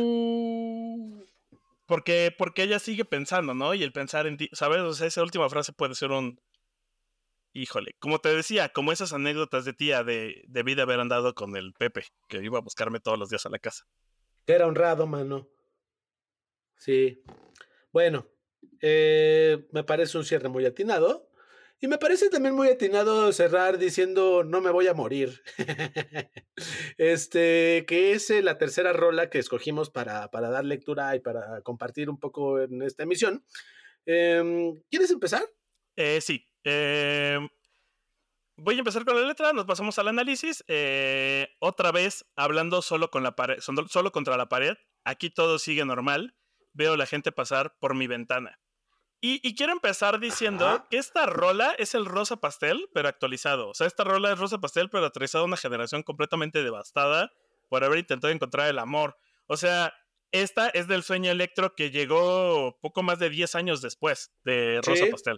Porque ella sigue pensando, ¿no? Y el pensar en ti, ¿sabes? O sea, esa última frase puede ser un... Híjole, como te decía, como esas anécdotas de tía de haber andado con el Pepe, que iba a buscarme todos los días a la casa. Que era honrado, mano. Sí. Bueno, me parece un cierre muy atinado. Y me parece también muy atinado cerrar diciendo no me voy a morir. Que es la tercera rola que escogimos para dar lectura y para compartir un poco en esta emisión. ¿Quieres empezar? Sí. Voy a empezar con la letra, nos pasamos al análisis. Otra vez, hablando solo con la pared, solo contra la pared. Aquí todo sigue normal. Veo la gente pasar por mi ventana. Y quiero empezar diciendo que esta rola es el Rosa Pastel, pero actualizado. O sea, esta rola es Rosa Pastel, pero actualizado a una generación completamente devastada por haber intentado encontrar el amor. O sea, esta es del Sueño Electro que llegó poco más de 10 años después de Rosa Sí. Pastel.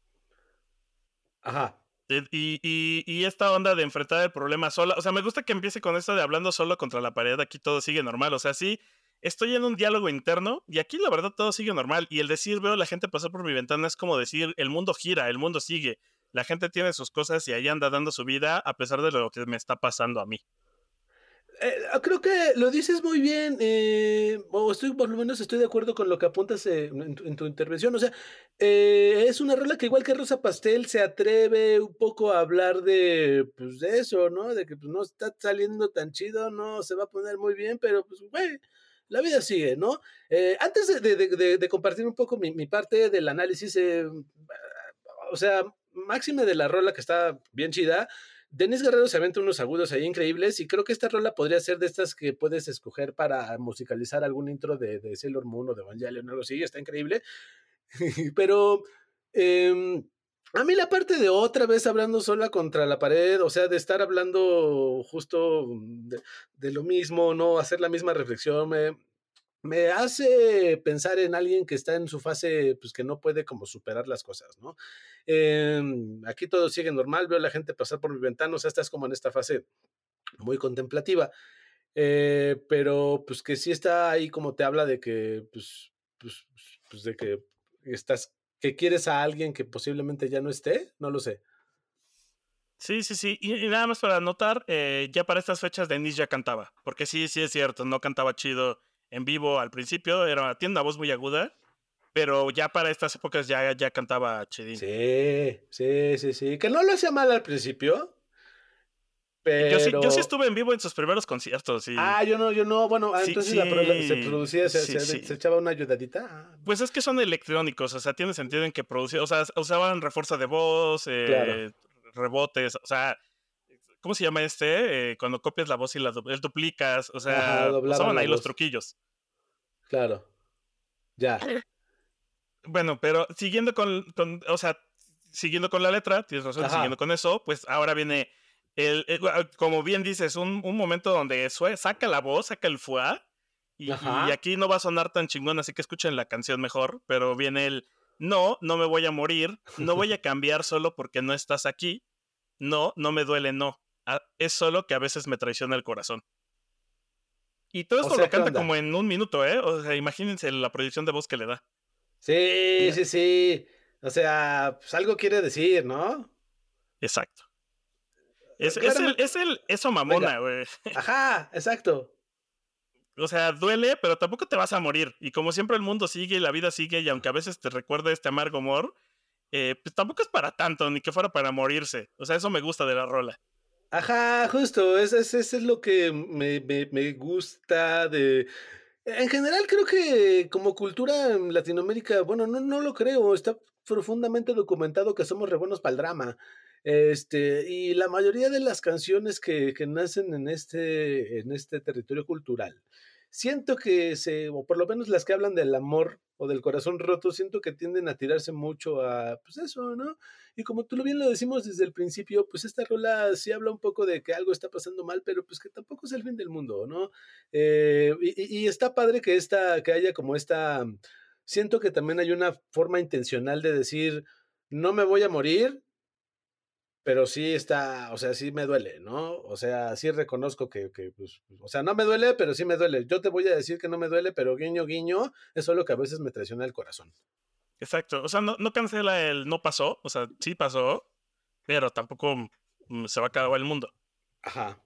Ajá. Y esta onda de enfrentar el problema sola. O sea, me gusta que empiece con esto de hablando solo contra la pared. Aquí todo sigue normal. O sea, sí, estoy en un diálogo interno y aquí la verdad todo sigue normal. Y el decir veo la gente pasar por mi ventana es como decir el mundo gira, el mundo sigue. La gente tiene sus cosas y ahí anda dando su vida a pesar de lo que me está pasando a mí. Creo que lo dices muy bien, o por lo menos estoy de acuerdo con lo que apuntas en tu intervención. O sea, es una rola que igual que Rosa Pastel se atreve un poco a hablar de, pues, de eso, ¿no? De que pues, no está saliendo tan chido, no se va a poner muy bien, pero pues, güey, la vida sigue, ¿no? Antes de compartir un poco mi parte del análisis, o sea, máxime de la rola que está bien chida. Denis Guerrero se aventa unos agudos ahí increíbles y creo que esta rola podría ser de estas que puedes escoger para musicalizar algún intro de Sailor Moon o de Evangelion o algo así, está increíble. Pero a mí la parte de otra vez hablando sola contra la pared, o sea, de estar hablando justo de lo mismo, no hacer la misma reflexión, me hace pensar en alguien que está en su fase, pues que no puede como superar las cosas, ¿no? Aquí todo sigue normal, veo a la gente pasar por mi ventana, o sea, estás como en esta fase muy contemplativa, pero pues que sí está ahí como te habla de que, pues de que estás, que quieres a alguien que posiblemente ya no esté, no lo sé. Sí, sí, sí. Y nada más para anotar, ya para estas fechas Denise ya cantaba. Porque sí, sí es cierto, no cantaba chido en vivo al principio, tiene una voz muy aguda, pero ya para estas épocas ya cantaba chidín. Sí, sí, sí, sí, que no lo hacía mal al principio, Yo sí pero estuve en vivo en sus primeros conciertos y yo no, bueno, sí, entonces se sí, producía, sí, sí. se echaba una ayudadita. Pues es que son electrónicos, o sea, tiene sentido en que producían, o sea, usaban refuerzo de voz, Claro, rebotes, o sea, ¿cómo se llama cuando copias la voz y la duplicas, o ajá, sea, doblaban usaban la ahí los voz, truquillos. claro, ya. Bueno, pero o sea, siguiendo con la letra, tienes razón, siguiendo Ajá, con eso, pues ahora viene como bien dices, un momento donde saca la voz, saca el fuá, y ajá. aquí no va a sonar tan chingón, así que escuchen la canción mejor, pero viene no me voy a morir, no voy a cambiar solo porque no estás aquí, no me duele, no. Es solo que a veces me traiciona el corazón. Y todo O esto lo sea, ¿qué canta onda? como en un minuto, ¿eh? O sea, imagínense la proyección de voz que le da. Sí, sí, sí. O sea, pues algo quiere decir, ¿no? Exacto. Claramente, Eso mamona, venga. güey. Ajá, exacto. O sea, duele, pero tampoco te vas a morir. Y como siempre el mundo sigue y la vida sigue, y aunque a veces te recuerde este amargo humor, pues tampoco es para tanto, ni que fuera para morirse. O sea, eso me gusta de la rola. Ajá, justo, es lo que me gusta de... En general creo que como cultura en Latinoamérica, bueno, no lo creo, está profundamente documentado que somos re buenos para el drama. Y la mayoría de las canciones que nacen en este territorio cultural, siento que o por lo menos las que hablan del amor o del corazón roto, siento que tienden a tirarse mucho a, pues eso, ¿no? Y como tú lo bien lo decimos desde el principio, pues esta rola sí habla un poco de que algo está pasando mal, pero pues que tampoco es el fin del mundo, ¿no? Y está padre que haya como esta, siento que también hay una forma intencional de decir, no me voy a morir, pero sí está, o sea, sí me duele, ¿no? O sea, sí reconozco pues, o sea, no me duele, pero sí me duele. Yo te voy a decir que no me duele, pero guiño, guiño, es solo que a veces me traiciona el corazón. Exacto. O sea, no cancela el no pasó. O sea, sí pasó, pero tampoco se va a acabar el mundo. Ajá.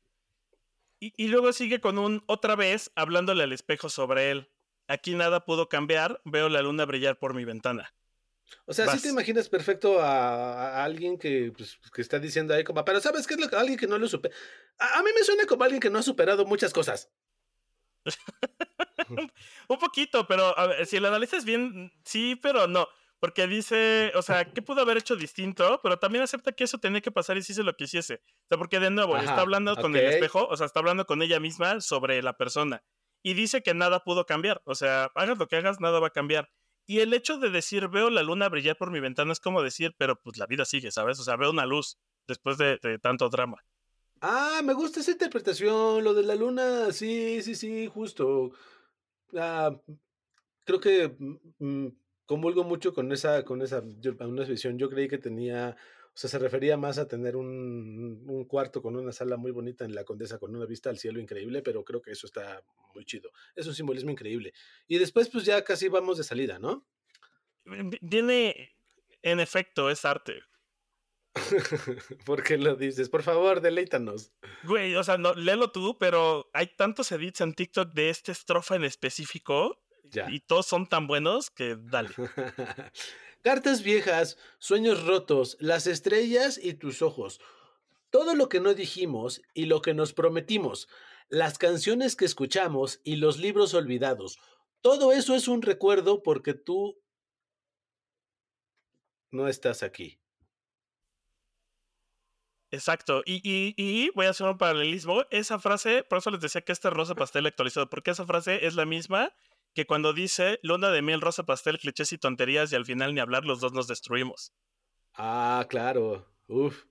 Y luego sigue con otra vez hablándole al espejo sobre él. Aquí nada pudo cambiar, veo la luna brillar por mi ventana. O sea, sí te Vas. imaginas perfecto a alguien que, pues, que está diciendo ahí como, pero ¿sabes qué es lo que alguien que no lo supera? A mí me suena como alguien que no ha superado muchas cosas. Un poquito, pero a ver, si lo analizas bien, sí, pero no. Porque dice, o sea, ¿qué pudo haber hecho distinto? Pero también acepta que eso tenía que pasar y si se lo quisiese. O sea, porque de nuevo, está Ajá, hablando con ok. el espejo, o sea, está hablando con ella misma sobre la persona. Y dice que nada pudo cambiar. O sea, hagas lo que hagas, nada va a cambiar. Y el hecho de decir, veo la luna brillar por mi ventana, es como decir, pero pues la vida sigue, ¿sabes? O sea, veo una luz después de tanto drama. Ah, me gusta esa interpretación, lo de la luna, sí, sí, sí, justo. Ah, creo que comulgo mucho con esa una visión. Yo creí que tenía, o sea, se refería más a tener un cuarto con una sala muy bonita en la Condesa con una vista al cielo increíble, pero creo que eso está muy chido. Es un simbolismo increíble. Y después, pues ya casi vamos de salida, ¿no? Viene, en efecto, es arte. ¿Por qué lo dices? Por favor, deleítanos. Güey, o sea, no, léelo tú, pero hay tantos edits en TikTok de esta estrofa en específico Ya. y todos son tan buenos que dale. Cartas viejas, sueños rotos, las estrellas y tus ojos. Todo lo que no dijimos y lo que nos prometimos. Las canciones que escuchamos y los libros olvidados. Todo eso es un recuerdo porque tú no estás aquí. Exacto. Y voy a hacer un paralelismo. Esa frase, por eso les decía que este es rosa pastel actualizado, porque esa frase es la misma que cuando dice luna de miel, rosa pastel, clichés y tonterías y al final ni hablar, los dos nos destruimos. Ah, claro. Uf.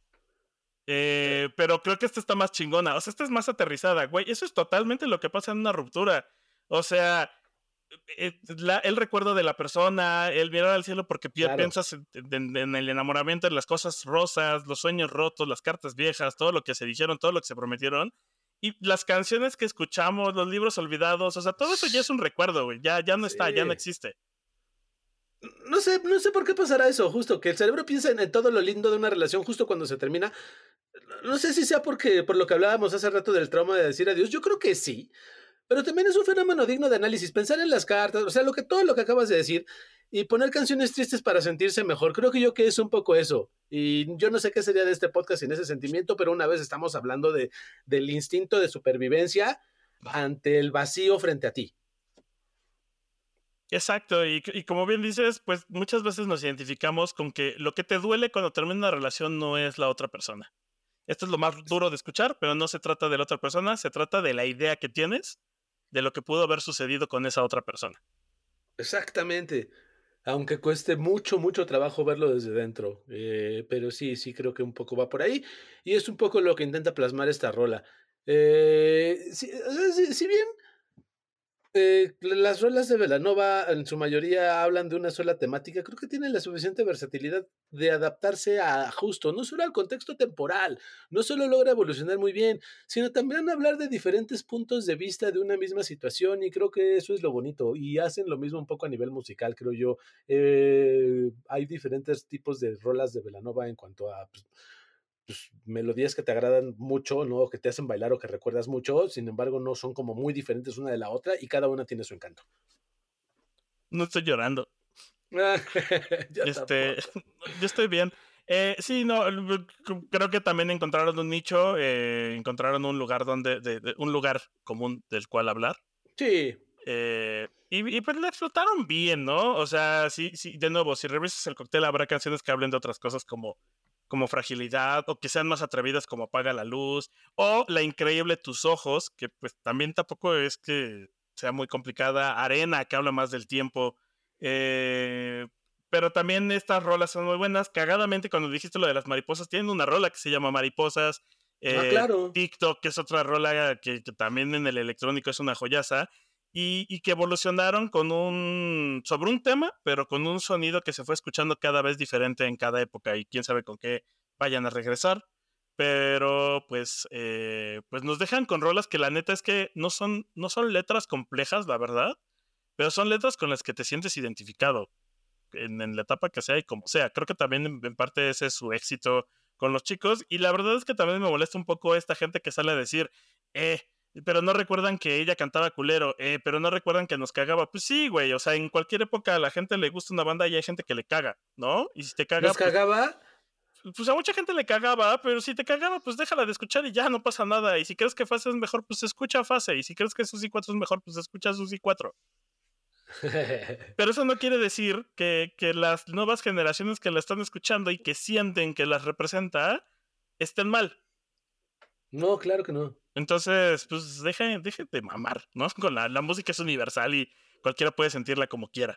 Pero creo que esta está más chingona. O sea, esta es más aterrizada, güey. Eso es totalmente lo que pasa en una ruptura. O sea, el recuerdo de la persona, el mirar al cielo porque Claro. piensas en el enamoramiento, en las cosas rosas, los sueños rotos, las cartas viejas, todo lo que se dijeron, todo lo que se prometieron. Y las canciones que escuchamos, los libros olvidados, o sea, todo eso ya es un recuerdo, güey. Ya no está, ya no Sí. existe. No sé por qué pasará eso, justo, que el cerebro piensa en todo lo lindo de una relación justo cuando se termina. No sé si sea por lo que hablábamos hace rato del trauma de decir adiós. Yo creo que sí, pero también es un fenómeno digno de análisis. Pensar en las cartas, o sea, todo lo que acabas de decir y poner canciones tristes para sentirse mejor. Creo que es un poco eso. Y yo no sé qué sería de este podcast sin ese sentimiento, pero una vez estamos hablando del instinto de supervivencia ante el vacío frente a ti. Exacto, y como bien dices, pues muchas veces nos identificamos con que lo que te duele cuando termina una relación no es la otra persona. Esto es lo más duro de escuchar, pero no se trata de la otra persona, se trata de la idea que tienes de lo que pudo haber sucedido con esa otra persona. Exactamente. Aunque cueste mucho, mucho trabajo verlo desde dentro. Pero sí, sí creo que un poco va por ahí. Y es un poco lo que intenta plasmar esta rola. O sea, si bien las rolas de Belanova en su mayoría hablan de una sola temática, creo que tienen la suficiente versatilidad de adaptarse a justo, no solo al contexto temporal, no solo logra evolucionar muy bien, sino también hablar de diferentes puntos de vista de una misma situación y creo que eso es lo bonito y hacen lo mismo un poco a nivel musical, creo yo. Hay diferentes tipos de rolas de Belanova en cuanto a melodías que te agradan mucho, ¿no? Que te hacen bailar o que recuerdas mucho, sin embargo, no son como muy diferentes una de la otra y cada una tiene su encanto. No estoy llorando. Yo Este, tampoco. yo estoy bien. Sí, no, creo que también encontraron un nicho, encontraron un lugar un lugar común del cual hablar. Sí, Y pues la explotaron bien, ¿no? O sea, sí, sí, de nuevo, si revisas el cóctel habrá canciones que hablen de otras cosas como fragilidad, o que sean más atrevidas como Apaga la luz, o La increíble Tus ojos, que pues también tampoco es que sea muy complicada, Arena, que habla más del tiempo, eh, pero también estas rolas son muy buenas. Cagadamente, cuando dijiste lo de las mariposas, tienen una rola que se llama Mariposas, claro. TikTok, que es otra rola que también en el electrónico es una joyaza, y que evolucionaron sobre un tema, pero con un sonido que se fue escuchando cada vez diferente en cada época y quién sabe con qué vayan a regresar. Pero pues nos dejan con rolas que la neta es que no son letras complejas, la verdad, pero son letras con las que te sientes identificado en la etapa que sea y como sea. Creo que también en parte ese es su éxito con los chicos. Y la verdad es que también me molesta un poco esta gente que sale a decir, pero no recuerdan que ella cantaba culero, pero no recuerdan que nos cagaba. Pues sí, güey, o sea, en cualquier época a la gente le gusta una banda y hay gente que le caga, ¿no? Y si te caga, Nos pues, cagaba. pues a mucha gente le cagaba, pero si te cagaba, pues déjala de escuchar y ya no pasa nada. Y si crees que Fase es mejor, pues escucha Fase. Y si crees que Susi 4 es mejor, pues escucha Susi 4. Pero eso no quiere decir que las nuevas generaciones que la están escuchando y que sienten que las representa estén mal. No, claro que no. Entonces, pues dejen de mamar, ¿no? Con la música es universal y cualquiera puede sentirla como quiera.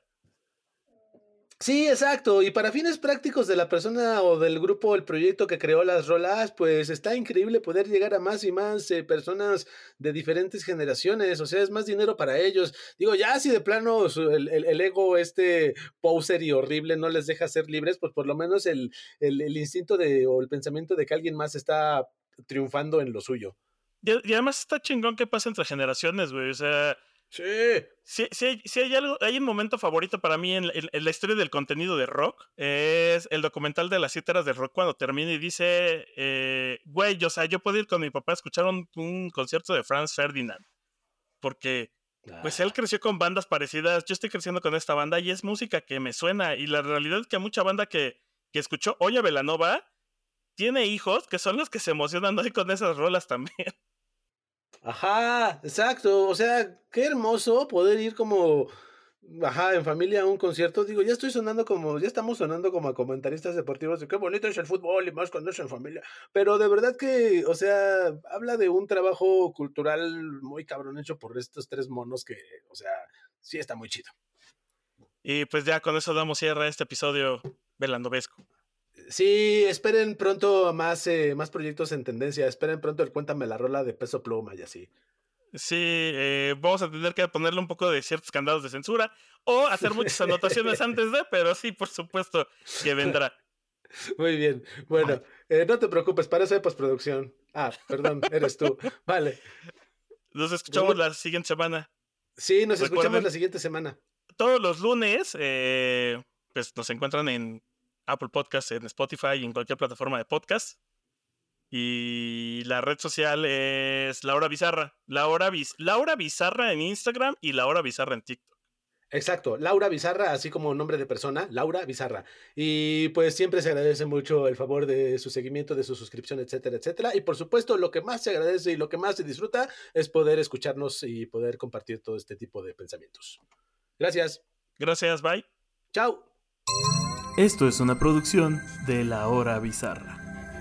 Sí, exacto. Y para fines prácticos de la persona o del grupo o el proyecto que creó las rolas, pues está increíble poder llegar a más y más personas de diferentes generaciones. O sea, es más dinero para ellos. Digo, ya si de plano el ego poser y horrible no les deja ser libres, pues por lo menos el instinto o el pensamiento de que alguien más está triunfando en lo suyo. Y además está chingón que pasa entre generaciones, güey. O sea, Sí. Sí hay algo, hay un momento favorito para mí en la historia del contenido de rock. Es el documental de las 7 horas de rock cuando termina y dice, güey, o sea, yo puedo ir con mi papá a escuchar un concierto de Franz Ferdinand. Porque, pues él creció con bandas parecidas, yo estoy creciendo con esta banda y es música que me suena. Y la realidad es que mucha banda que escuchó Oye Belanova tiene hijos que son los que se emocionan hoy con esas rolas también. Ajá, exacto. O sea, qué hermoso poder ir como, en familia a un concierto. Digo, ya estamos sonando como a comentaristas deportivos de qué bonito es el fútbol y más cuando es en familia. Pero de verdad que, o sea, habla de un trabajo cultural muy cabrón hecho por estos 3 monos que, o sea, sí está muy chido. Y pues ya con eso damos cierre a este episodio belandovesco. Sí, esperen pronto más proyectos en tendencia. Esperen pronto el Cuéntame la Rola de Peso Pluma y así. Sí, vamos a tener que ponerle un poco de ciertos candados de censura o hacer muchas anotaciones antes de, pero sí, por supuesto que vendrá. Muy bien. Bueno, no te preocupes, para eso hay postproducción. Perdón, eres tú. Vale. Nos escuchamos la siguiente semana. Sí, nos escuchamos la siguiente semana. Todos los lunes, pues nos encuentran en Apple Podcasts, en Spotify y en cualquier plataforma de podcast. Y la red social es La Hora Bizarra. Laura Bizarra en Instagram y La Hora Bizarra en TikTok. Exacto, Laura Bizarra, así como nombre de persona, Laura Bizarra. Y pues siempre se agradece mucho el favor de su seguimiento, de su suscripción, etcétera, etcétera. Y por supuesto, lo que más se agradece y lo que más se disfruta es poder escucharnos y poder compartir todo este tipo de pensamientos. Gracias. Gracias, bye. Chao. Esto es una producción de La Hora Bizarra.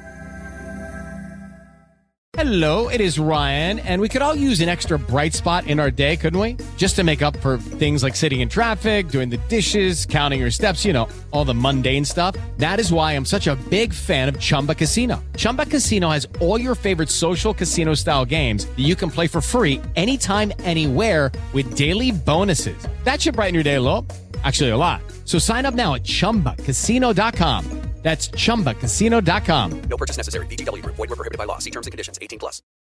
Hello, it is Ryan, and we could all use an extra bright spot in our day, couldn't we? Just to make up for things like sitting in traffic, doing the dishes, counting your steps, all the mundane stuff. That is why I'm such a big fan of Chumba Casino. Chumba Casino has all your favorite social casino-style games that you can play for free anytime, anywhere with daily bonuses. That should brighten your day a little. Actually, a lot. So sign up now at ChumbaCasino.com. That's ChumbaCasino.com. No purchase necessary. VGW Group. Void where prohibited by law. See terms and conditions. 18+.